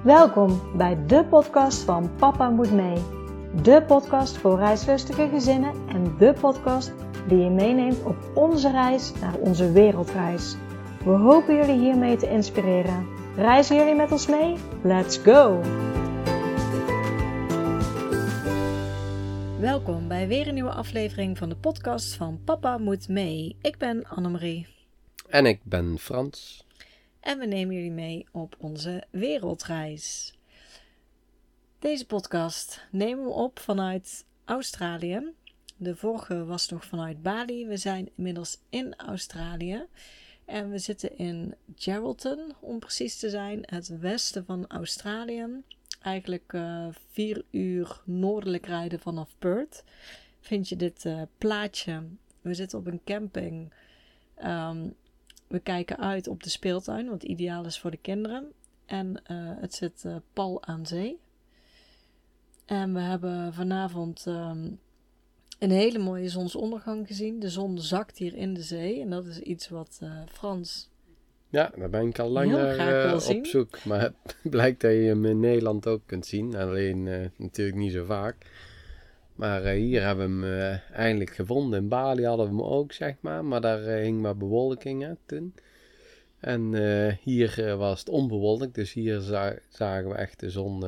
Welkom bij de podcast van Papa Moet Mee. De podcast voor reislustige gezinnen en de podcast die je meeneemt op onze reis naar onze wereldreis. We hopen jullie hiermee te inspireren. Reizen jullie met ons mee? Let's go! Welkom bij weer een nieuwe aflevering van de podcast van Papa Moet Mee. Ik ben Annemarie. En ik ben Frans. En we nemen jullie mee op onze wereldreis. Deze podcast nemen we op vanuit Australië. De vorige was nog vanuit Bali. We zijn inmiddels in Australië. En we zitten in Geraldton, om precies te zijn. Het westen van Australië. Eigenlijk 4 uur noordelijk rijden vanaf Perth. Vind je dit plaatje. We zitten op een camping. We kijken uit op de speeltuin, wat ideaal is voor de kinderen. En het zit pal aan zee. En we hebben vanavond een hele mooie zonsondergang gezien. De zon zakt hier in de zee. En dat is iets wat Frans... Ja, daar ben ik al lang naar op zoek. Maar het blijkt dat je hem in Nederland ook kunt zien. Alleen natuurlijk niet zo vaak. Maar hier hebben we hem eindelijk gevonden. In Bali hadden we hem ook, zeg maar. Maar daar hing maar bewolking toen. En hier was het onbewolkt. Dus hier zagen we echt de zon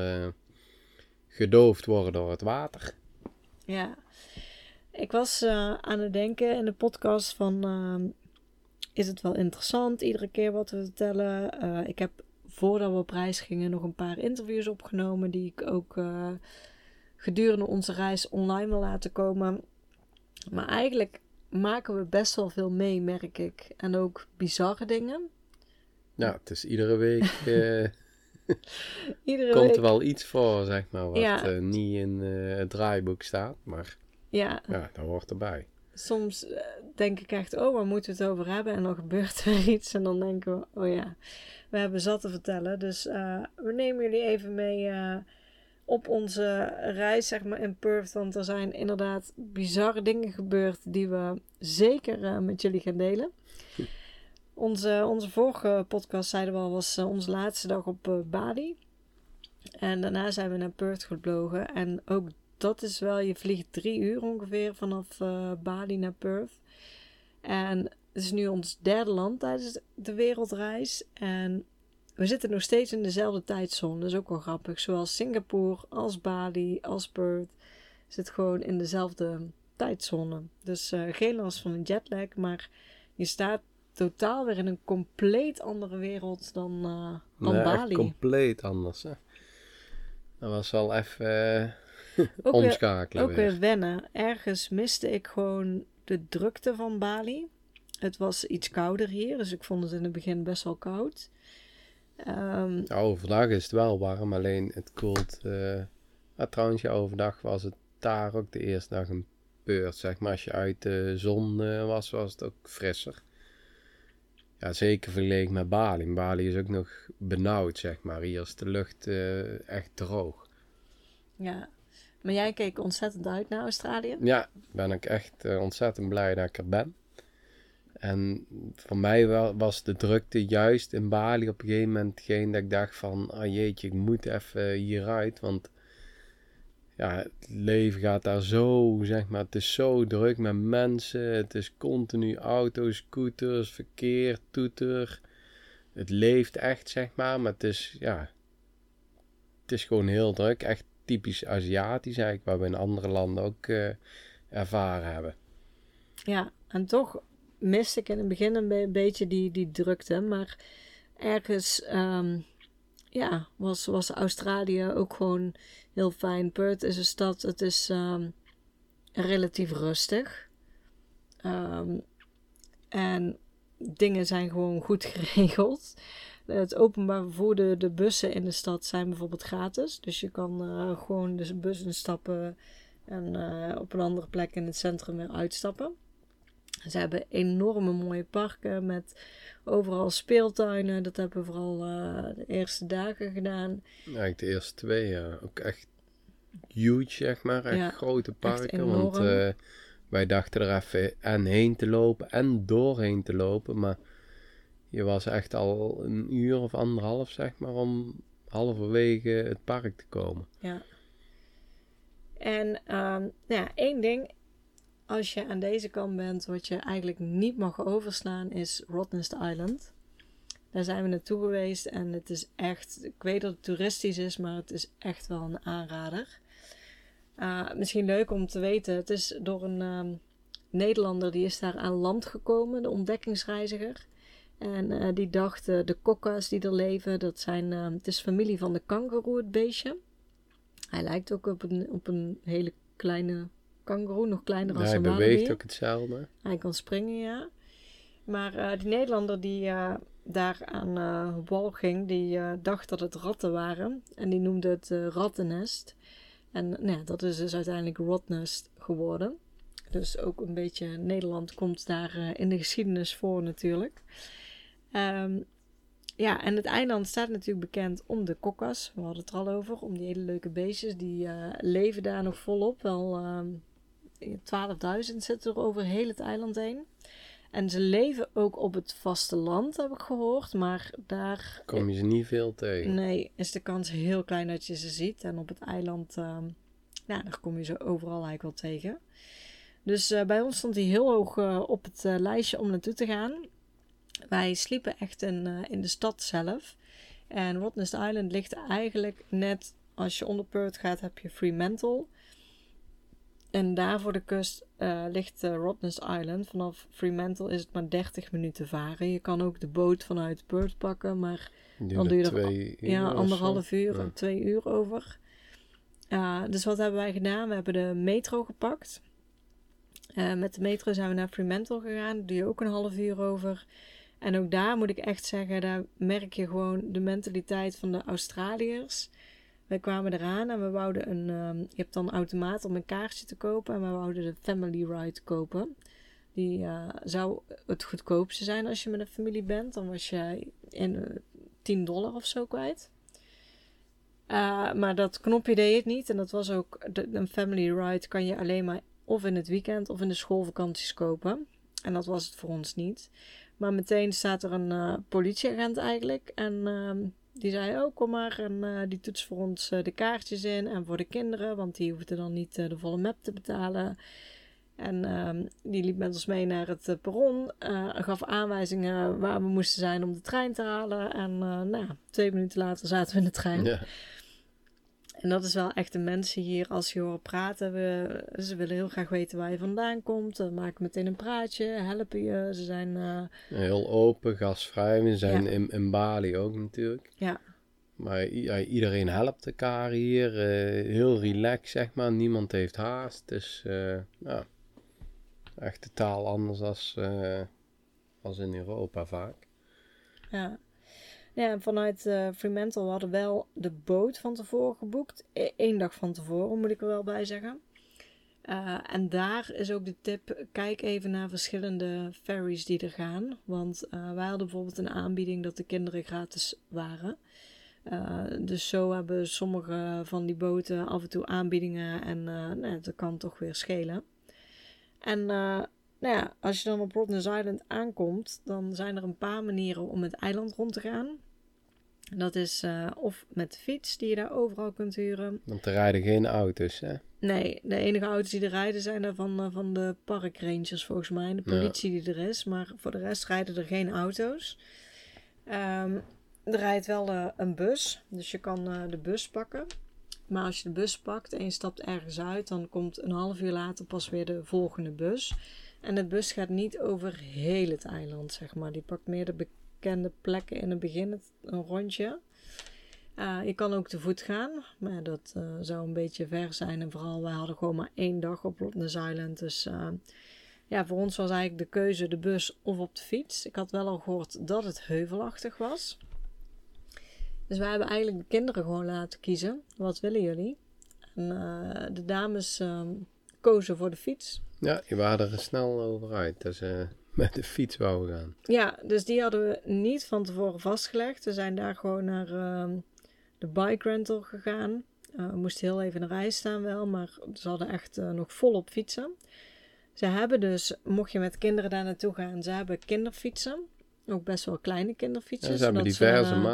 gedoofd worden door het water. Ja, ik was aan het denken in de podcast van... is het wel interessant, iedere keer wat we vertellen. Ik heb voordat we op reis gingen nog een paar interviews opgenomen... die ik ook... gedurende onze reis online wil laten komen. Maar eigenlijk maken we best wel veel mee, merk ik. En ook bizarre dingen. Ja, het is iedere week... Iedere komt week er wel iets voor, zeg maar, wat niet in het draaiboek staat. Maar ja, dat hoort erbij. Soms denk ik echt, waar moeten we het over hebben? En dan gebeurt er iets en dan denken we, we hebben zat te vertellen. Dus we nemen jullie even mee... op onze reis, zeg maar, in Perth. Want er zijn inderdaad bizarre dingen gebeurd die we zeker met jullie gaan delen. Onze vorige podcast, zeiden we al, was onze laatste dag op Bali. En daarna zijn we naar Perth gevlogen. En ook dat is wel, je vliegt 3 uur ongeveer vanaf Bali naar Perth. En het is nu ons 3e land tijdens de wereldreis. En we zitten nog steeds in dezelfde tijdzone. Dat is ook wel grappig. Zowel Singapore als Bali als Perth zit gewoon in dezelfde tijdzone. Dus geen last van een jetlag. Maar je staat totaal weer in een compleet andere wereld dan Bali. Echt compleet anders. Hè? Dat was wel even omschakelen. Ook weer wennen. Ergens miste ik gewoon de drukte van Bali. Het was iets kouder hier. Dus ik vond het in het begin best wel koud. Overdag is het wel warm, alleen het koelt. Trouwens, overdag was het daar ook de eerste dag een Perth, zeg maar. Als je uit de zon was het ook frisser. Ja, zeker vergeleken met Bali. Bali is ook nog benauwd, zeg maar. Hier is de lucht echt droog. Ja, maar jij keek ontzettend uit naar Australië? Ja, ben ik echt ontzettend blij dat ik er ben. En voor mij was de drukte juist in Bali op een gegeven moment geen dat ik dacht van... jeetje, ik moet even hieruit, want ja, het leven gaat daar zo, zeg maar... Het is zo druk met mensen, het is continu auto's, scooters, verkeer, toeter. Het leeft echt, zeg maar het is, het is gewoon heel druk. Echt typisch Aziatisch eigenlijk, waar we in andere landen ook ervaren hebben. Ja, en toch... miste ik in het begin een beetje die drukte. Maar ergens was Australië ook gewoon heel fijn. Perth is een stad. Het is relatief rustig. En dingen zijn gewoon goed geregeld. Het openbaar vervoer, de bussen in de stad zijn bijvoorbeeld gratis. Dus je kan gewoon de bus instappen en op een andere plek in het centrum weer uitstappen. Ze hebben enorme mooie parken met overal speeltuinen. Dat hebben we vooral de eerste dagen gedaan. Ja, de eerste 2 ook echt huge, zeg maar. Echt grote parken. Want wij dachten er even heen te lopen en doorheen te lopen. Maar je was echt al 1 uur of 1,5, zeg maar, om halverwege het park te komen. Ja. En één ding, als je aan deze kant bent, wat je eigenlijk niet mag overslaan, is Rottnest Island. Daar zijn we naartoe geweest en het is echt, ik weet dat het toeristisch is, maar het is echt wel een aanrader. Misschien leuk om te weten, het is door een Nederlander, die is daar aan land gekomen, de ontdekkingsreiziger. En die dacht, de kokka's die er leven, het is familie van de kangoeroe, het beestje. Hij lijkt ook op een hele kleine kangoeroe, nog kleiner dan een walibi. Hij beweegt ook hetzelfde. Hij kan springen, ja. Maar die Nederlander die daar aan wal ging, die dacht dat het ratten waren. En die noemde het rattennest. En dat is dus uiteindelijk Rottnest geworden. Dus ook een beetje Nederland komt daar in de geschiedenis voor natuurlijk. En het eiland staat natuurlijk bekend om de kokkas. We hadden het er al over. Om die hele leuke beestjes. Die leven daar nog volop. Wel 12.000 zitten er over heel het eiland heen. En ze leven ook op het vasteland, heb ik gehoord. Maar daar kom je ze niet veel tegen. Nee, is de kans heel klein dat je ze ziet. En op het eiland, daar kom je ze overal eigenlijk wel tegen. Dus bij ons stond hij heel hoog op het lijstje om naartoe te gaan. Wij sliepen echt in de stad zelf. En Rottnest Island ligt eigenlijk net, als je onder Perth gaat, heb je Fremantle. En daar voor de kust ligt Rottnest Island. Vanaf Fremantle is het maar 30 minuten varen. Je kan ook de boot vanuit Perth pakken, maar dan doe je er 1,5 uur, 2 uur over. Dus wat hebben wij gedaan? We hebben de metro gepakt. Met de metro zijn we naar Fremantle gegaan. Daar doe je ook 1,5 uur over. En ook daar moet ik echt zeggen, daar merk je gewoon de mentaliteit van de Australiërs. Wij kwamen eraan en we wouden je hebt dan een automaat om een kaartje te kopen. En we wouden de Family Ride kopen. Die zou het goedkoopste zijn als je met een familie bent. Dan was je $10 of zo kwijt. Maar dat knopje deed het niet. En dat was ook, een Family Ride kan je alleen maar of in het weekend of in de schoolvakanties kopen. En dat was het voor ons niet. Maar meteen staat er een politieagent eigenlijk. En die zei, kom maar. En die toetst voor ons de kaartjes in. En voor de kinderen, want die hoefden dan niet de volle map te betalen. En die liep met ons mee naar het perron. Gaf aanwijzingen waar we moesten zijn om de trein te halen. En 2 minuten later zaten we in de trein. Ja. En dat is wel echt de mensen hier, als je hoort praten. Ze willen heel graag weten waar je vandaan komt. Maken meteen een praatje, helpen je. Ze zijn heel open, gastvrij. We zijn in Bali ook natuurlijk. Ja. Maar iedereen helpt elkaar hier. Heel relaxed, zeg maar. Niemand heeft haast. Dus echt totaal anders als in Europa vaak. Ja. Ja, en vanuit Fremantle hadden we wel de boot van tevoren geboekt. 1 dag van tevoren, moet ik er wel bij zeggen. En daar is ook de tip, kijk even naar verschillende ferries die er gaan. Want wij hadden bijvoorbeeld een aanbieding dat de kinderen gratis waren. Dus zo hebben sommige van die boten af en toe aanbiedingen en dat kan toch weer schelen. En als je dan op Rottnest Island aankomt, dan zijn er een paar manieren om het eiland rond te gaan. Dat is of met de fiets, die je daar overal kunt huren. Want er rijden geen auto's, hè? Nee, de enige auto's die er rijden zijn er van de parkrangers volgens mij. De politie die er is, maar voor de rest rijden er geen auto's. Er rijdt wel een bus, dus je kan de bus pakken. Maar als je de bus pakt en je stapt ergens uit, dan komt 1,5 uur later pas weer de volgende bus. En de bus gaat niet over heel het eiland, zeg maar. Die pakt meer de bekende plekken in het begin, een rondje. Je kan ook te voet gaan, maar dat zou een beetje ver zijn. En vooral, wij hadden gewoon maar 1 dag op Rottnest Island. Dus voor ons was eigenlijk de keuze de bus of op de fiets. Ik had wel al gehoord dat het heuvelachtig was. Dus wij hebben eigenlijk de kinderen gewoon laten kiezen. Wat willen jullie? En de dames kozen voor de fiets. Ja, die waren er snel over uit. Dat ze met de fiets wouden gaan. Ja, dus die hadden we niet van tevoren vastgelegd. We zijn daar gewoon naar de bike rental gegaan. We moesten heel even in de rij staan wel, maar ze hadden echt nog volop fietsen. Ze hebben dus, mocht je met kinderen daar naartoe gaan, ze hebben kinderfietsen. Ook best wel kleine kinderfietsen. Ja, ze hebben diverse maat.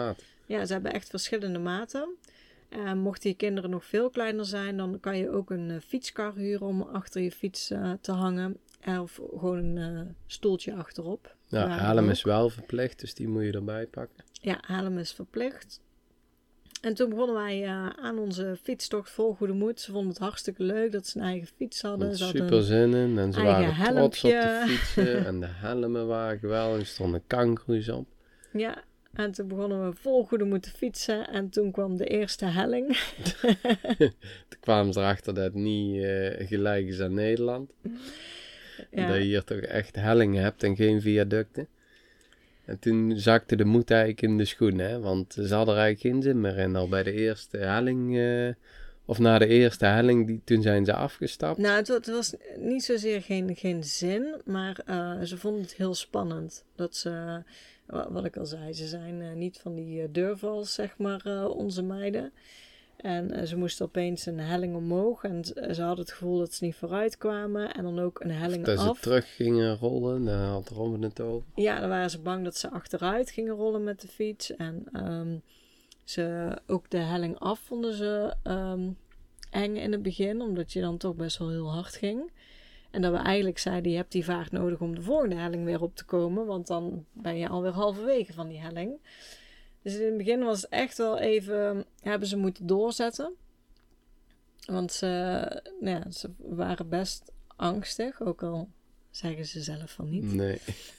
Ja, ze hebben echt verschillende maten. Mochten je kinderen nog veel kleiner zijn, dan kan je ook een fietskar huren om achter je fiets te hangen. Of gewoon een stoeltje achterop. Ja, helm is wel verplicht, dus die moet je erbij pakken. Ja, helm is verplicht. En toen begonnen wij aan onze fietstocht vol goede moed. Ze vonden het hartstikke leuk dat ze een eigen fiets hadden. Ze hadden super zin in en ze waren trots op de helmpje. fietsen en de helmen waren geweldig. Er stonden kangoeroes op. Ja, en toen begonnen we vol goede moed te fietsen. En toen kwam de eerste helling. Toen kwamen ze erachter dat het niet gelijk is aan Nederland. Ja. Dat je hier toch echt hellingen hebt en geen viaducten. En toen zakte de moed eigenlijk in de schoen, hè. Want ze hadden er eigenlijk geen zin meer in. Al bij de eerste helling, of na de eerste helling, toen zijn ze afgestapt. Nou, het was niet zozeer geen zin, maar ze vonden het heel spannend. Dat ze, wat ik al zei, ze zijn niet van die durvals, zeg maar, onze meiden. En ze moesten opeens een helling omhoog en ze hadden het gevoel dat ze niet vooruit kwamen. En dan ook een helling Dat af. ze terug gingen rollen, daar had Robin het over. Ja, dan waren ze bang dat ze achteruit gingen rollen met de fiets. En ook de helling af vonden ze eng in het begin, omdat je dan toch best wel heel hard ging. En dat we eigenlijk zeiden, je hebt die vaart nodig om de volgende helling weer op te komen, want dan ben je alweer halverwege van die helling. Dus in het begin was het echt wel even, hebben ze moeten doorzetten. Want ze waren best angstig, ook al zeggen ze zelf van niet. Nee.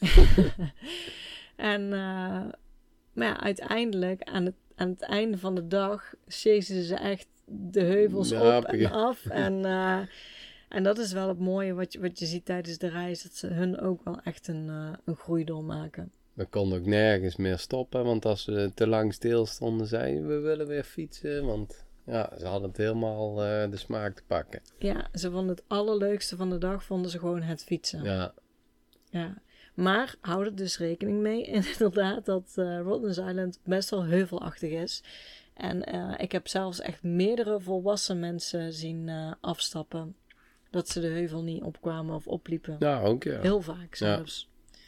En, maar ja, uiteindelijk aan het einde van de dag chasen ze echt de heuvels op en af. En dat is wel het mooie wat je ziet tijdens de reis, dat ze hun ook wel echt een groei doormaken. We konden ook nergens meer stoppen, want als we te lang stilstonden, zeiden we willen weer fietsen. Want ja, ze hadden het helemaal de smaak te pakken. Ja, ze vonden het allerleukste van de dag, vonden ze gewoon het fietsen. Ja. Maar hou er dus rekening mee, inderdaad, dat Rottnest Island best wel heuvelachtig is. En ik heb zelfs echt meerdere volwassen mensen zien afstappen. Dat ze de heuvel niet opkwamen of opliepen. Ja, ook ja. Heel vaak zelfs.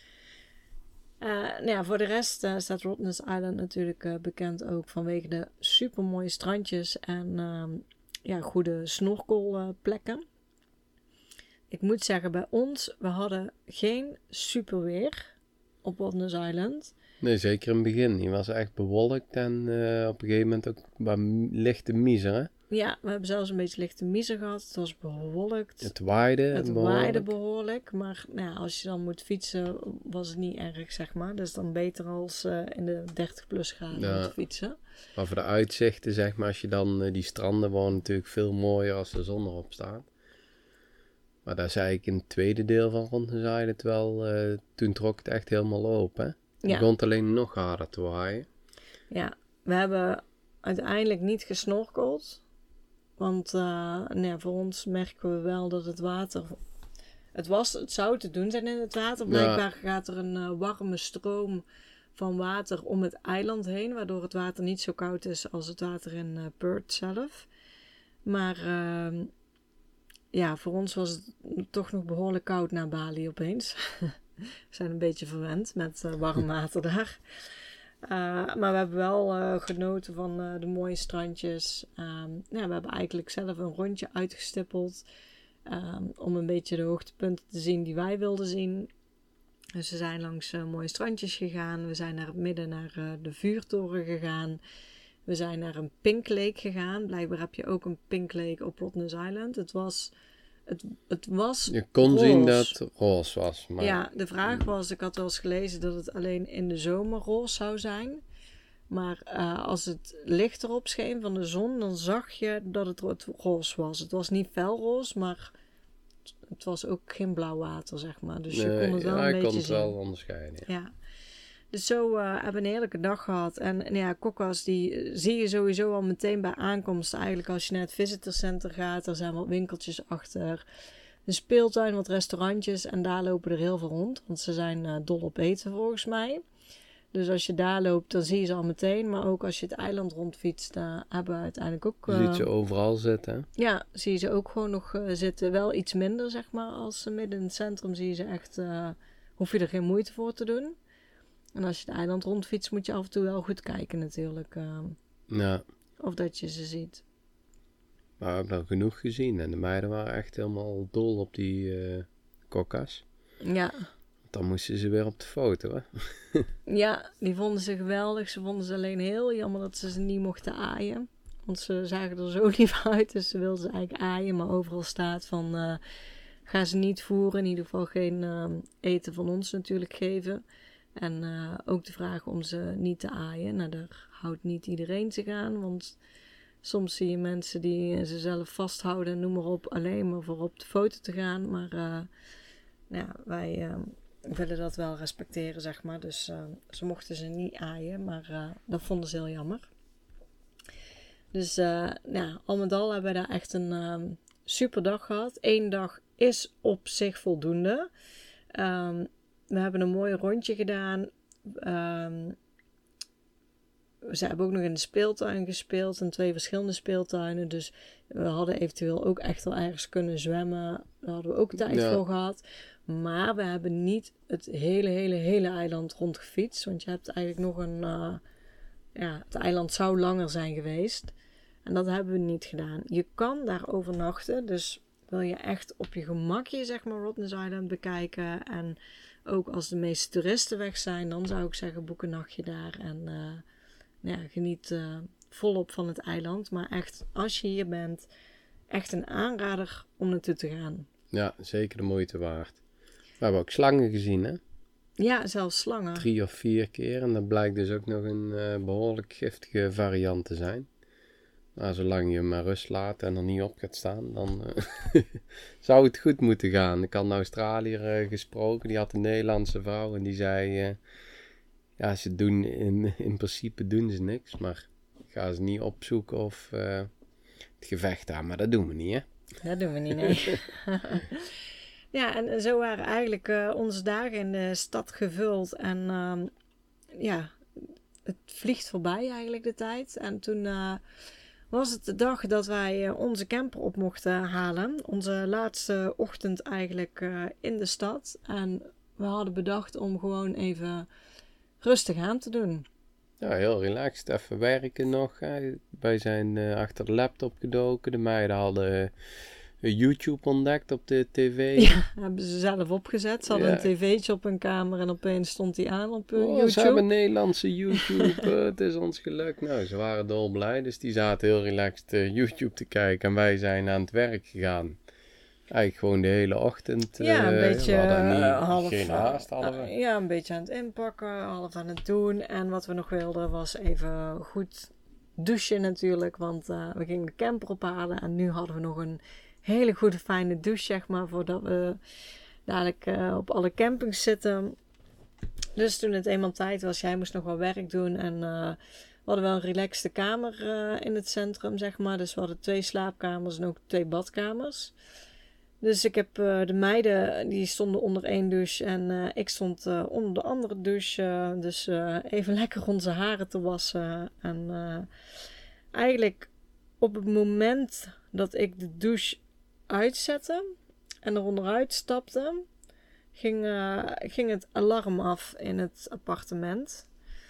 Voor de rest staat Rottnest Island natuurlijk bekend ook vanwege de supermooie strandjes en goede snorkelplekken. Ik moet zeggen, bij ons, we hadden geen super weer op Rottnest Island. Nee, zeker in het begin. Die was echt bewolkt en op een gegeven moment ook wat lichte miser, hè? Ja, we hebben zelfs een beetje lichte miser gehad. Het was bewolkt. Het waaide behoorlijk. Maar als je dan moet fietsen, was het niet erg, zeg maar. Dus dan beter als in de 30 plus graden moet fietsen. Maar voor de uitzichten, zeg maar, als je dan die stranden worden natuurlijk veel mooier als de zon erop staat. Maar daar zei ik in het tweede deel van Rottnest Island wel, toen trok het echt helemaal open, hè? Het begon alleen nog harder te waaien. Ja, we hebben uiteindelijk niet gesnorkeld. Want voor ons merken we wel dat het water... Het zou te doen zijn in het water. Blijkbaar gaat er een warme stroom van water om het eiland heen. Waardoor het water niet zo koud is als het water in Perth zelf. Maar voor ons was het toch nog behoorlijk koud naar Bali opeens. We zijn een beetje verwend met warm water daar. Maar we hebben wel genoten van de mooie strandjes. We hebben eigenlijk zelf een rondje uitgestippeld. Om een beetje de hoogtepunten te zien die wij wilden zien. Dus we zijn langs mooie strandjes gegaan. We zijn naar het midden naar de vuurtoren gegaan. We zijn naar een Pink Lake gegaan. Blijkbaar heb je ook een Pink Lake op Rottnest Island. Het was je kon roze. zien dat het roze was. Maar... Ja, de vraag was, ik had wel eens gelezen dat het alleen in de zomer roze zou zijn. Maar als het licht erop scheen van de zon, dan zag je dat het roze was. Het was niet felroze, maar het was ook geen blauw water, zeg maar. Dus je kon het wel een beetje zien. Ja, ik kon het wel onderscheiden. Ja. Dus zo hebben we een heerlijke dag gehad. En Kokwas, die zie je sowieso al meteen bij aankomst. Eigenlijk als je naar het visitor center gaat, er zijn wat winkeltjes achter. Een speeltuin, wat restaurantjes. En daar lopen er heel veel rond. Want ze zijn dol op eten volgens mij. Dus als je daar loopt, dan zie je ze al meteen. Maar ook als je het eiland rondfietst, daar hebben we uiteindelijk ook... Je ziet ze overal zitten, hè? Ja, zie je ze ook gewoon nog zitten. Wel iets minder, zeg maar, als midden in het centrum zie je ze echt... hoef je er geen moeite voor te doen. En als je het eiland rondfietst, moet je af en toe wel goed kijken natuurlijk. Ja. Of dat je ze ziet. Maar we hebben er genoeg gezien. En de meiden waren echt helemaal dol op die kokkas. Ja. Dan moesten ze weer op de foto, hè? Ja, die vonden ze geweldig. Ze vonden ze alleen heel jammer dat ze niet mochten aaien. Want ze zagen er zo lief uit. Dus ze wilden ze eigenlijk aaien. Maar overal staat van... ga ze niet voeren. In ieder geval geen eten van ons natuurlijk geven. En ook de vraag om ze niet te aaien. Nou, daar houdt niet iedereen zich aan. Want soms zie je mensen die ze zelf vasthouden. Noem maar op. Alleen maar voor op de foto te gaan. Maar wij... willen dat wel respecteren, zeg maar. Dus ze mochten ze niet aaien, maar dat vonden ze heel jammer. Dus al met al hebben we daar echt een super dag gehad. 1 dag is op zich voldoende. We hebben een mooi rondje gedaan. Ze hebben ook nog in de speeltuin gespeeld. In 2 verschillende speeltuinen. Dus we hadden eventueel ook echt wel ergens kunnen zwemmen. Daar hadden we ook tijd voor gehad. Maar we hebben niet het hele eiland rondgefietst. Want je hebt eigenlijk nog een... het eiland zou langer zijn geweest. En dat hebben we niet gedaan. Je kan daar overnachten. Dus wil je echt op je gemakje, zeg maar, Rottnest Island bekijken. En ook als de meeste toeristen weg zijn, dan zou ik zeggen, boek een nachtje daar. En geniet volop van het eiland. Maar echt, als je hier bent, echt een aanrader om naartoe te gaan. Ja, zeker de moeite waard. We hebben ook slangen gezien, hè? Ja, zelfs slangen. 3 of 4 keer. En dat blijkt dus ook nog een behoorlijk giftige variant te zijn. Nou, zolang je hem maar rust laat en er niet op gaat staan, dan zou het goed moeten gaan. Ik had een Australiër gesproken, die had een Nederlandse vrouw en die zei... ze doen in principe doen ze niks, maar ga ze niet opzoeken of het gevecht aan. Maar dat doen we niet, hè? Dat doen we niet, nee. Ja, en zo waren eigenlijk onze dagen in de stad gevuld. En het vliegt voorbij eigenlijk de tijd. En toen was het de dag dat wij onze camper op mochten halen. Onze laatste ochtend eigenlijk in de stad. En we hadden bedacht om gewoon even rustig aan te doen. Ja, heel relaxed. Even werken nog. Wij zijn achter de laptop gedoken. De meiden hadden... YouTube ontdekt op de tv. Ja, hebben ze zelf opgezet. Ze hadden een tv'tje op hun kamer en opeens stond die aan op YouTube. Ze hebben Nederlandse YouTube, het is ons gelukt. Nou, ze waren dolblij, dus die zaten heel relaxed YouTube te kijken. En wij zijn aan het werk gegaan. Eigenlijk gewoon de hele ochtend. Een beetje geen haast hadden we. Een beetje aan het inpakken, half aan het doen. En wat we nog wilden was even goed douchen natuurlijk. Want we gingen de camper ophalen en nu hadden we nog een hele goede fijne douche, zeg maar, voordat we dadelijk op alle campings zitten. Dus toen het eenmaal tijd was, jij moest nog wel werk doen en we hadden wel een relaxte kamer in het centrum, zeg maar. Dus we hadden 2 slaapkamers en ook 2 badkamers. Dus ik heb de meiden, die stonden onder 1 douche en ik stond onder de andere douche. Dus even lekker onze haren te wassen. En eigenlijk op het moment dat ik de douche uitzette en er onderuit stapte, ging het alarm af in het appartement.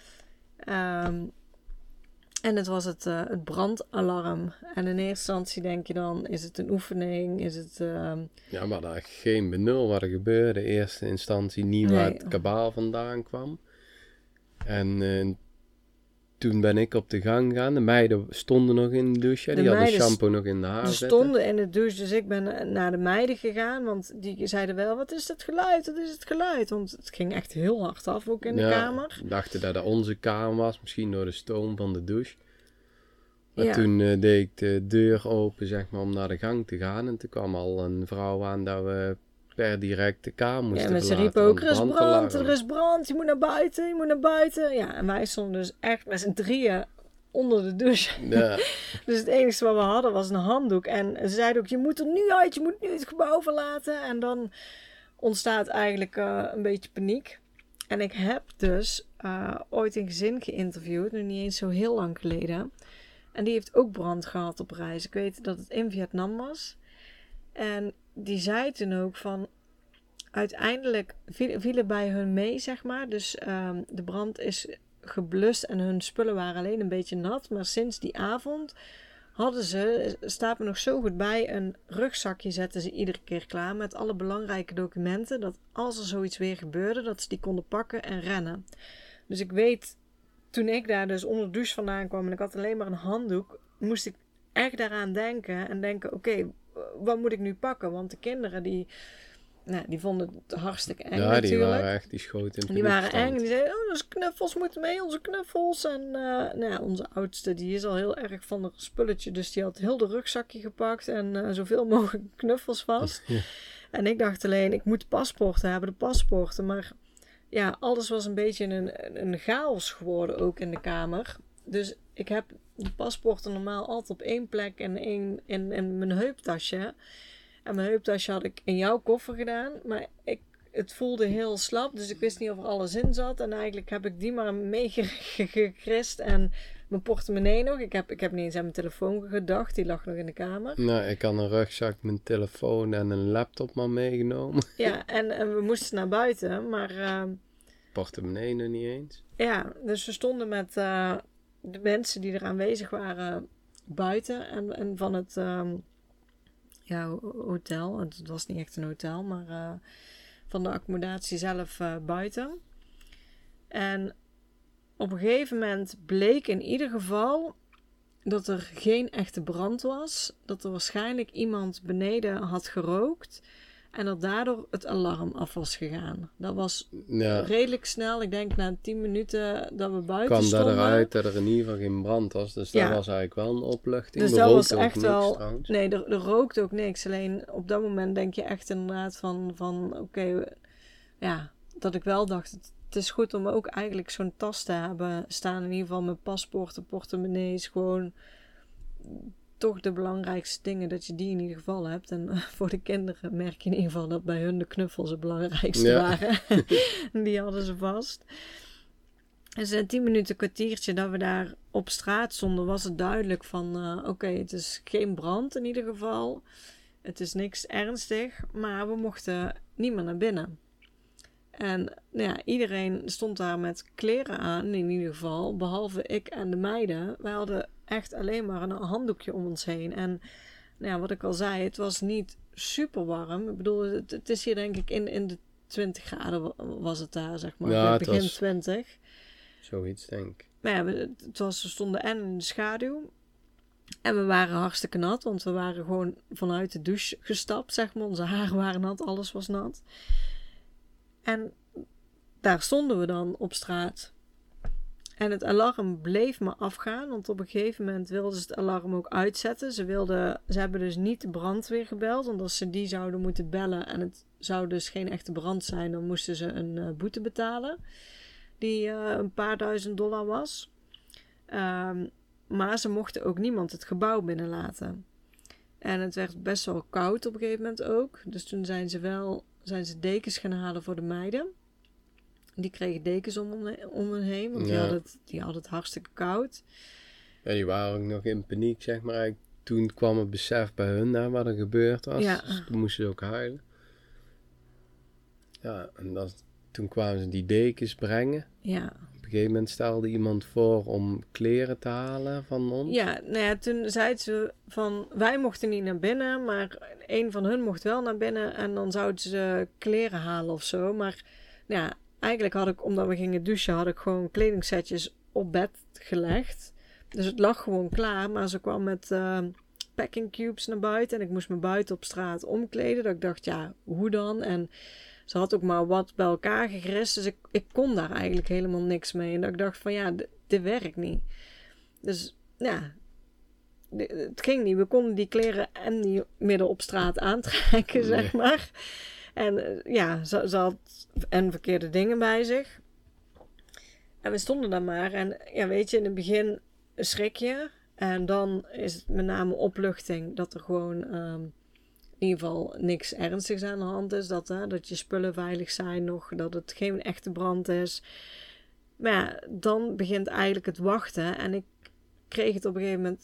En het was het brandalarm. En in eerste instantie denk je dan, is het een oefening? Is het... Ja, maar daar geen benul wat er gebeurde. In eerste instantie niet waar het kabaal vandaan kwam. En toen ben ik op de gang gegaan. De meiden stonden nog in de douche. Die hadden shampoo nog in de haar zitten. Die stonden in de douche, dus ik ben naar de meiden gegaan. Want die zeiden wel, wat is het geluid? Wat is het geluid? Want het ging echt heel hard af, ook in de kamer. We dachten dat het onze kamer was. Misschien door de stoom van de douche. Maar toen deed ik de deur open, zeg maar, om naar de gang te gaan. En toen kwam al een vrouw aan dat we per direct de kamer moesten verlaten. Ja, ze riepen ook, er is brand, je moet naar buiten. Ja, en wij stonden dus echt met z'n drieën onder de douche. Ja. Dus het enige wat we hadden was een handdoek. En ze zeiden ook, je moet er nu uit, je moet nu het gebouw verlaten. En dan ontstaat eigenlijk een beetje paniek. En ik heb dus ooit een gezin geïnterviewd, nu niet eens zo heel lang geleden. En die heeft ook brand gehad op reis. Ik weet dat het in Vietnam was. En die zei toen ook van, uiteindelijk vielen bij hun mee, zeg maar. Dus de brand is geblust en hun spullen waren alleen een beetje nat. Maar sinds die avond hadden ze, staat me nog zo goed bij, een rugzakje zetten ze iedere keer klaar met alle belangrijke documenten. Dat als er zoiets weer gebeurde, dat ze die konden pakken en rennen. Dus ik weet, toen ik daar dus onder de douche vandaan kwam en ik had alleen maar een handdoek, moest ik echt daaraan denken en denken, oké, wat moet ik nu pakken? Want de kinderen die vonden het hartstikke eng natuurlijk. Die waren echt, die schoten in het Die waren eng en die zeiden, onze knuffels moeten mee, onze knuffels. En onze oudste, die is al heel erg van het spulletje, dus die had heel de rugzakje gepakt en zoveel mogelijk knuffels vast. Ja. En ik dacht alleen, ik moet paspoorten hebben, de paspoorten. Maar ja, alles was een beetje een chaos geworden ook in de kamer. Dus ik heb de paspoorten normaal altijd op één plek in mijn heuptasje. En mijn heuptasje had ik in jouw koffer gedaan. Maar het voelde heel slap. Dus ik wist niet of er alles in zat. En eigenlijk heb ik die maar meegegrist. En mijn portemonnee nog. Ik heb niet eens aan mijn telefoon gedacht. Die lag nog in de kamer. Nou, ik had een rugzak, mijn telefoon en een laptop maar meegenomen. Ja, en we moesten naar buiten. Maar portemonnee nog niet eens. Ja, dus we stonden met de mensen die er aanwezig waren buiten. En van het hotel. Het was niet echt een hotel, maar van de accommodatie zelf buiten. En op een gegeven moment bleek in ieder geval dat er geen echte brand was. Dat er waarschijnlijk iemand beneden had gerookt. En dat daardoor het alarm af was gegaan. Dat was redelijk snel. Ik denk na 10 minuten dat we buiten stonden. Kwam eruit dat er in ieder geval geen brand was. Dus dat was eigenlijk wel een opluchting. Dus dat was echt wel... Trouwens. Nee, er rookte ook niks. Alleen op dat moment denk je echt inderdaad van oké, dat ik wel dacht... Het is goed om ook eigenlijk zo'n tas te hebben staan. In ieder geval met paspoorten, portemonnees. Gewoon toch de belangrijkste dingen, dat je die in ieder geval hebt. En voor de kinderen merk je in ieder geval dat bij hun de knuffels het belangrijkste waren. Die hadden ze vast. En in 10 minuten, een kwartiertje dat we daar op straat stonden, was het duidelijk van oké, het is geen brand in ieder geval. Het is niks ernstig, maar we mochten niet meer naar binnen. En iedereen stond daar met kleren aan, in ieder geval, behalve ik en de meiden. Wij hadden echt alleen maar een handdoekje om ons heen. En wat ik al zei, het was niet super warm. Ik bedoel, het is hier denk ik in de 20 graden was het daar, zeg maar. Ja, begin was 20. Zoiets, denk ik. Maar we stonden en in de schaduw. En we waren hartstikke nat, want we waren gewoon vanuit de douche gestapt, zeg maar. Onze haren waren nat, alles was nat. En daar stonden we dan op straat. En het alarm bleef maar afgaan, want op een gegeven moment wilden ze het alarm ook uitzetten. Ze hebben dus niet de brandweer gebeld, want als ze die zouden moeten bellen en het zou dus geen echte brand zijn, dan moesten ze een boete betalen, die een paar $1000 was. Maar ze mochten ook niemand het gebouw binnenlaten. En het werd best wel koud op een gegeven moment ook. Dus toen zijn ze dekens gaan halen voor de meiden. Die kregen dekens om hen heen, want die hadden het hartstikke koud. Ja, die waren ook nog in paniek, zeg maar. Toen kwam het besef bij hun wat er gebeurd was. Ja. Dus toen moesten ze ook huilen. Ja, en toen kwamen ze die dekens brengen. Ja. Op een gegeven moment stelde iemand voor om kleren te halen van ons. Ja, toen zeiden ze van, wij mochten niet naar binnen, maar een van hun mocht wel naar binnen en dan zouden ze kleren halen of zo. Maar eigenlijk had ik, omdat we gingen douchen, had ik gewoon kledingsetjes op bed gelegd. Dus het lag gewoon klaar, maar ze kwam met packing cubes naar buiten en ik moest me buiten op straat omkleden. Dat ik dacht, hoe dan? En ze had ook maar wat bij elkaar gegrist, dus ik kon daar eigenlijk helemaal niks mee. En dat ik dacht van, dit werkt niet. Dus het ging niet. We konden die kleren en die midden op straat aantrekken, zeg maar. En ze had verkeerde dingen bij zich. En we stonden daar maar. En weet je, in het begin schrik je. En dan is het met name opluchting dat er gewoon in ieder geval niks ernstigs aan de hand is. Dat je spullen veilig zijn nog. Dat het geen echte brand is. Maar dan begint eigenlijk het wachten. En ik kreeg het op een gegeven moment ook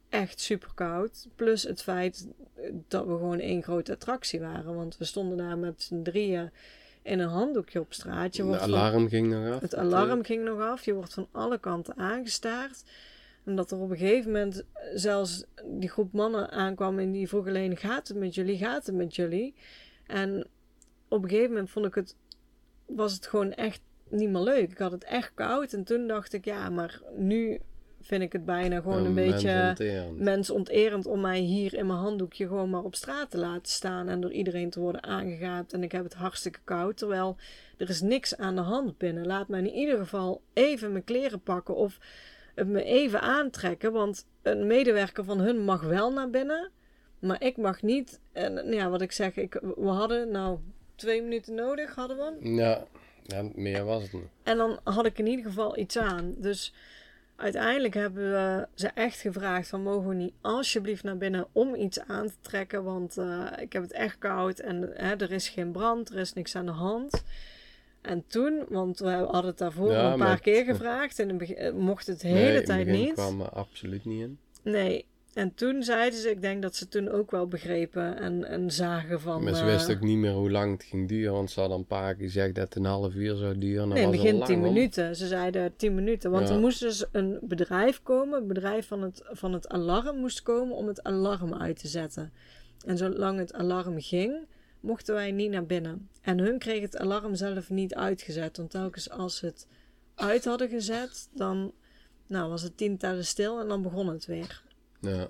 echt super koud. Plus het feit dat we gewoon één grote attractie waren. Want we stonden daar met z'n drieën in een handdoekje op straat. Het alarm ging nog af. Het alarm ging nog af. Je wordt van alle kanten aangestaard. En dat er op een gegeven moment zelfs die groep mannen aankwam en die vroeg alleen, gaat het met jullie? Gaat het met jullie? En op een gegeven moment was het gewoon echt niet meer leuk. Ik had het echt koud en toen dacht ik, ja, maar nu vind ik het bijna gewoon een beetje mensonterend om mij hier in mijn handdoekje gewoon maar op straat te laten staan en door iedereen te worden aangegaapt. En ik heb het hartstikke koud, terwijl er is niks aan de hand binnen. Laat mij in ieder geval even mijn kleren pakken of het me even aantrekken, want een medewerker van hun mag wel naar binnen, maar ik mag niet. En ja, wat ik zeg, we hadden 2 minuten nodig, hadden we. Ja, meer was het niet. En dan had ik in ieder geval iets aan. Dus uiteindelijk hebben we ze echt gevraagd van, mogen we niet alsjeblieft naar binnen om iets aan te trekken, want ik heb het echt koud en er is geen brand, er is niks aan de hand. En toen, want we hadden het daarvoor een paar keer gevraagd en mocht het de hele tijd niet. Nee, kwam er absoluut niet in. Nee, en toen zeiden ze, ik denk dat ze toen ook wel begrepen en zagen van... Maar ze wisten ook niet meer hoe lang het ging duren, want ze hadden een paar keer gezegd dat het een half uur zou duren. Nee, in het begin 10 minuten. Ze zeiden 10 minuten, want er moest dus een bedrijf komen, een bedrijf van het alarm moest komen om het alarm uit te zetten. En zolang het alarm ging, mochten wij niet naar binnen. En hun kregen het alarm zelf niet uitgezet, want telkens als ze het uit hadden gezet, dan was het 10 tellen stil en dan begon het weer. Ja.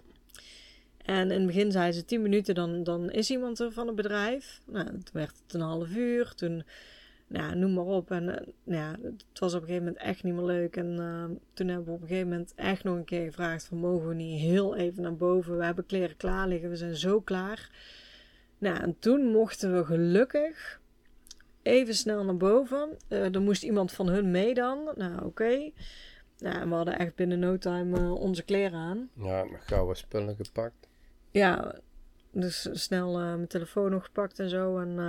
En in het begin zeiden ze 10 minuten, dan is iemand er van het bedrijf. Nou, toen werd het een half uur, toen, noem maar op. En het was op een gegeven moment echt niet meer leuk. En toen hebben we op een gegeven moment echt nog een keer gevraagd van, mogen we niet heel even naar boven? We hebben kleren klaar liggen, we zijn zo klaar. Nou, en toen mochten we gelukkig even snel naar boven. Er moest iemand van hun mee dan. Nou, oké. Ja, en we hadden echt binnen no time onze kleren aan. Ja, nog gauw wat spullen gepakt. Ja, dus snel mijn telefoon nog gepakt en zo. En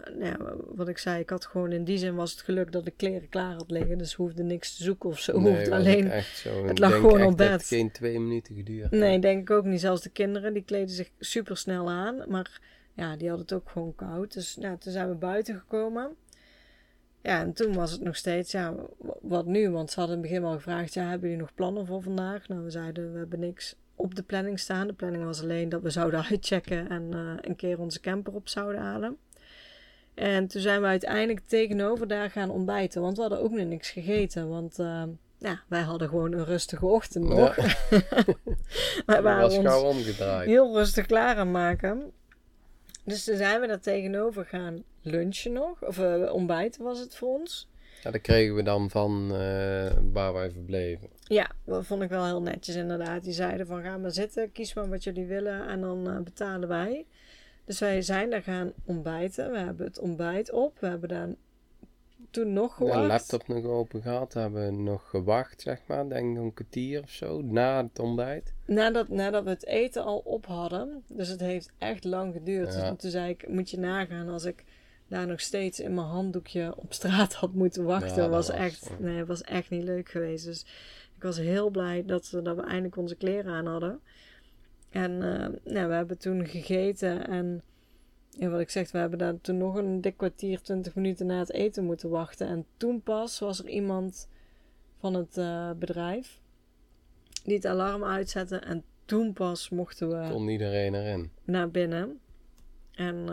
wat ik zei, ik had gewoon in die zin was het geluk dat ik kleren klaar had liggen. Dus hoefde niks te zoeken of zo. Nee, alleen, echt zo. het lag gewoon op bed. Het heeft geen 2 minuten geduurd. Nee, denk ik ook niet. Zelfs de kinderen, die kleden zich super snel aan. Maar ja, die hadden het ook gewoon koud. Dus toen zijn we buiten gekomen. Ja, en toen was het nog steeds, wat nu? Want ze hadden in het begin wel gevraagd, hebben jullie nog plannen voor vandaag? Nou, we zeiden, we hebben niks op de planning staan. De planning was alleen dat we zouden uitchecken en een keer onze camper op zouden halen. En toen zijn we uiteindelijk tegenover daar gaan ontbijten, want we hadden ook nog niks gegeten. Want wij hadden gewoon een rustige ochtend nog. Ja. Wij waren ons heel rustig klaar aan maken. Dus toen zijn we daar tegenover gaan lunchen nog. Of ontbijten was het voor ons. Ja, dat kregen we dan van waar wij verbleven. Ja, dat vond ik wel heel netjes inderdaad. Die zeiden van ga maar zitten, kies maar wat jullie willen en dan betalen wij. Dus wij zijn daar gaan ontbijten. We hebben het ontbijt op. We hebben daar toen nog gewacht. Ja, de laptop nog open gehad. We hebben nog gewacht, zeg maar. Denk nog een kwartier of zo, na het ontbijt. Nadat we het eten al op hadden. Dus het heeft echt lang geduurd. Ja. Dus toen zei ik, moet je nagaan als ik daar nog steeds in mijn handdoekje op straat had moeten wachten. Ja, was echt niet leuk geweest. Dus ik was heel blij dat we eindelijk onze kleren aan hadden. En we hebben toen gegeten en wat ik zeg, we hebben daar toen nog een dik kwartier, 20 minuten na het eten moeten wachten. En toen pas was er iemand van het bedrijf die het alarm uitzette. En toen pas mochten we... Kon iedereen erin. Naar binnen. En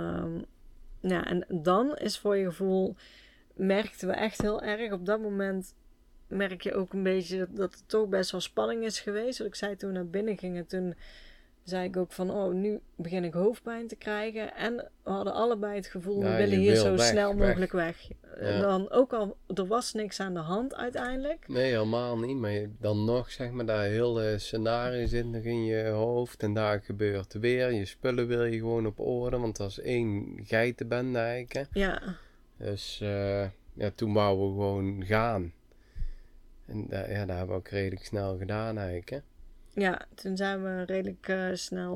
en dan is voor je gevoel, merkten we echt heel erg. Op dat moment merk je ook een beetje dat er toch best wel spanning is geweest. Wat ik zei toen we naar binnen gingen, toen zei ik ook van, nu begin ik hoofdpijn te krijgen. En we hadden allebei het gevoel, we willen hier zo snel mogelijk weg. En dan ook al, er was niks aan de hand uiteindelijk. Nee, helemaal niet. Maar dan nog, zeg maar, daar hele scenario zit nog in je hoofd. En daar gebeurt weer. Je spullen wil je gewoon op orde. Want dat is 1 geitenbende eigenlijk. Hè? Ja. Dus toen wouden we gewoon gaan. En dat hebben we ook redelijk snel gedaan eigenlijk, hè. Ja, toen zijn we redelijk snel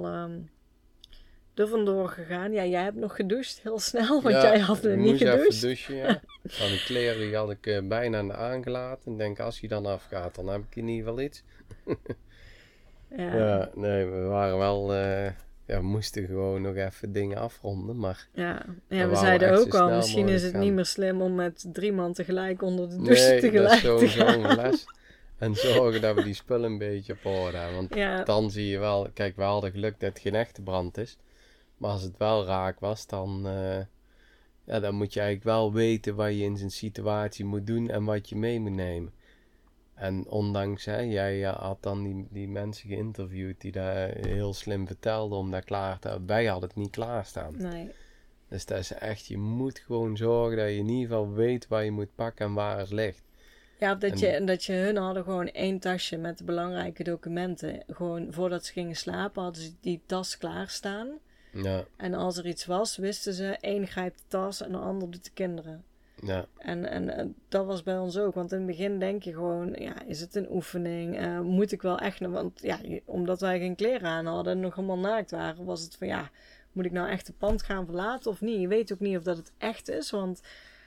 er vandoor gegaan. Ja, jij hebt nog gedoucht heel snel, want jij had er niet gedoucht. Even douchen, ja. Van die kleren die had ik bijna aangelaten. Ik denk, als hij dan afgaat, dan heb ik in ieder geval iets. Ja, nee, we waren wel... we moesten gewoon nog even dingen afronden, maar... Ja, we zeiden ook al, misschien is het niet meer slim om met 3 man tegelijk onder de douche tegelijk te gaan. Nee, dat is sowieso een les. En zorgen dat we die spullen een beetje op orde hebben. Want dan zie je wel... Kijk, we hadden geluk dat het geen echte brand is. Maar als het wel raak was, dan... dan moet je eigenlijk wel weten wat je in zo'n situatie moet doen en wat je mee moet nemen. En ondanks, jij had dan die mensen geïnterviewd die dat heel slim vertelden om dat klaar te hebben. Wij hadden het niet klaarstaan. Nee. Dus dat is echt, je moet gewoon zorgen dat je in ieder geval weet waar je moet pakken en waar het ligt. Ja, dat je hun hadden gewoon 1 tasje met de belangrijke documenten. Gewoon voordat ze gingen slapen hadden ze die tas klaarstaan. Ja. En als er iets was, wisten ze, 1 grijpt de tas en de ander doet de kinderen. Ja. En dat was bij ons ook. Want in het begin denk je gewoon, is het een oefening? Moet ik wel echt... Want omdat wij geen kleren aan hadden en nog helemaal naakt waren, was het van moet ik nou echt de pand gaan verlaten of niet? Je weet ook niet of dat het echt is, want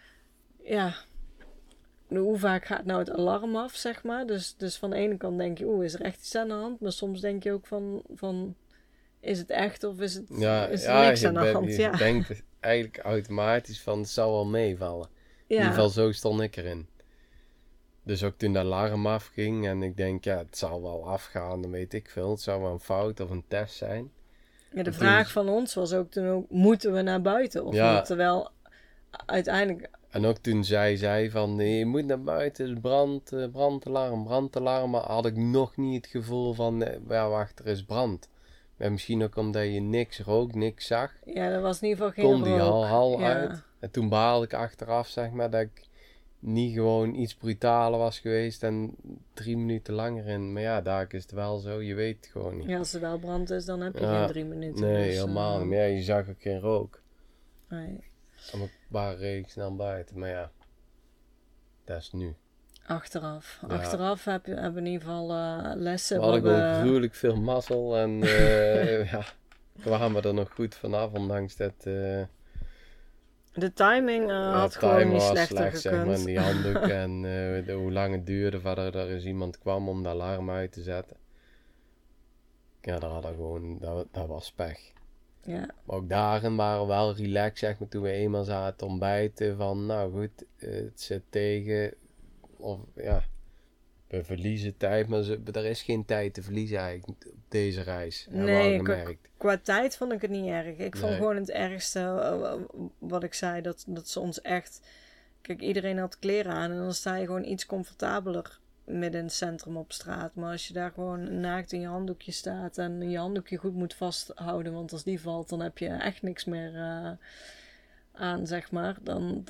hoe vaak gaat nou het alarm af, zeg maar? Dus van de ene kant denk je, is er echt iets aan de hand? Maar soms denk je ook van is het echt of is er niks aan de hand? Je denkt eigenlijk automatisch van, het zal wel meevallen. In ieder geval, zo stond ik erin. Dus ook toen de alarm afging en ik denk, het zal wel afgaan, dan weet ik veel. Het zou wel een fout of een test zijn. Ja, de vraag van ons was ook toen ook, moeten we naar buiten of niet? Terwijl uiteindelijk... En ook toen zij van, nee, je moet naar buiten, het is brandalarm. Maar had ik nog niet het gevoel van, wacht, er is brand. Maar misschien ook omdat je niks rook, niks zag. Ja, er was in ieder geval geen rook. Kon die hal uit. En toen baalde ik achteraf, zeg maar, dat ik niet gewoon iets brutaler was geweest en 3 minuten langer in. Maar daar is het wel zo, je weet het gewoon niet. Ja, als er wel brand is, dan heb je geen 3 minuten. Nee, dus, helemaal niet. Maar je zag ook geen rook. Nee. En een paar reed ik snel buiten, maar dat is nu. Achteraf. Ja. Achteraf hebben we in ieder geval lessen. We hadden gewoon gruwelijk veel mazzel en kwamen we er nog goed vanaf, ondanks dat... de timing had gewoon niet slechter gekund. Zeg maar, in die handdoek en hoe lang het duurde voordat er eens iemand kwam om de alarm uit te zetten. Ja, dat was pech. Ja. Maar ook daarin waren we wel relaxed, zeg maar, toen we eenmaal zaten te ontbijten van, nou goed, het zit tegen, of we verliezen tijd, maar er is geen tijd te verliezen eigenlijk op deze reis. Nee, qua tijd vond ik het niet erg. Ik vond gewoon het ergste, wat ik zei, dat ze ons echt... Kijk, iedereen had kleren aan en dan sta je gewoon iets comfortabeler midden in het centrum op straat. Maar als je daar gewoon naakt in je handdoekje staat en je handdoekje goed moet vasthouden, want als die valt, dan heb je echt niks meer aan, zeg maar. Dan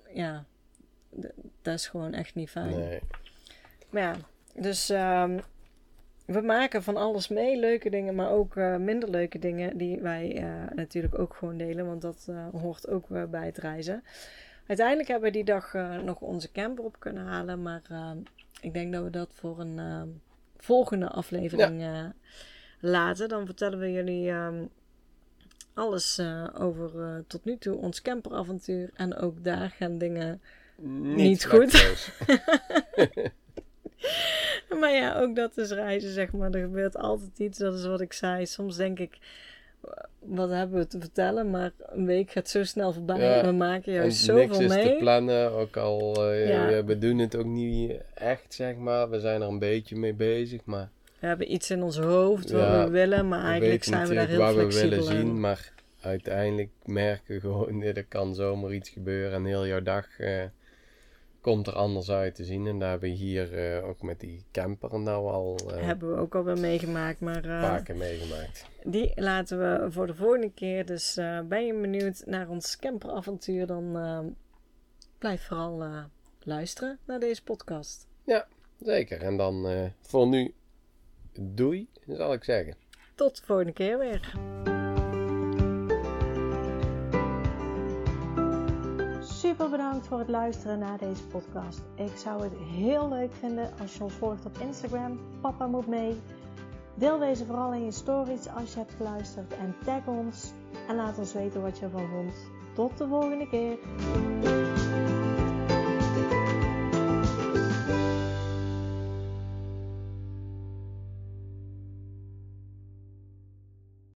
dat is gewoon echt niet fijn. Nee. Maar dus we maken van alles mee, leuke dingen, maar ook minder leuke dingen die wij natuurlijk ook gewoon delen, want dat hoort ook bij het reizen. Uiteindelijk hebben we die dag nog onze camper op kunnen halen, maar ik denk dat we dat voor een volgende aflevering laten. Dan vertellen we jullie alles over tot nu toe ons camperavontuur en ook daar gaan dingen niet goed. Maar ook dat is reizen, zeg maar. Er gebeurt altijd iets, dat is wat ik zei. Soms denk ik, wat hebben we te vertellen? Maar een week gaat zo snel voorbij en we maken juist zoveel mee. Niks is te plannen, ook al we doen het ook niet echt, zeg maar. We zijn er een beetje mee bezig, maar... We hebben iets in ons hoofd wat we willen, maar eigenlijk zijn we daar heel flexibel in. Wat we willen zien, maar uiteindelijk merken we gewoon, er kan zomaar iets gebeuren en heel jouw dag... komt er anders uit te zien. En daar hebben we hier ook met die camper nou al... hebben we ook alweer meegemaakt. Maar, een paar keer meegemaakt. Die laten we voor de volgende keer. Dus ben je benieuwd naar ons camperavontuur, dan blijf vooral luisteren naar deze podcast. Ja, zeker. En dan voor nu doei, zal ik zeggen. Tot de volgende keer weer. Super bedankt voor het luisteren naar deze podcast. Ik zou het heel leuk vinden als je ons volgt op Instagram. Papa moet mee. Deel deze vooral in je stories als je hebt geluisterd. En tag ons. En laat ons weten wat je ervan vond. Tot de volgende keer.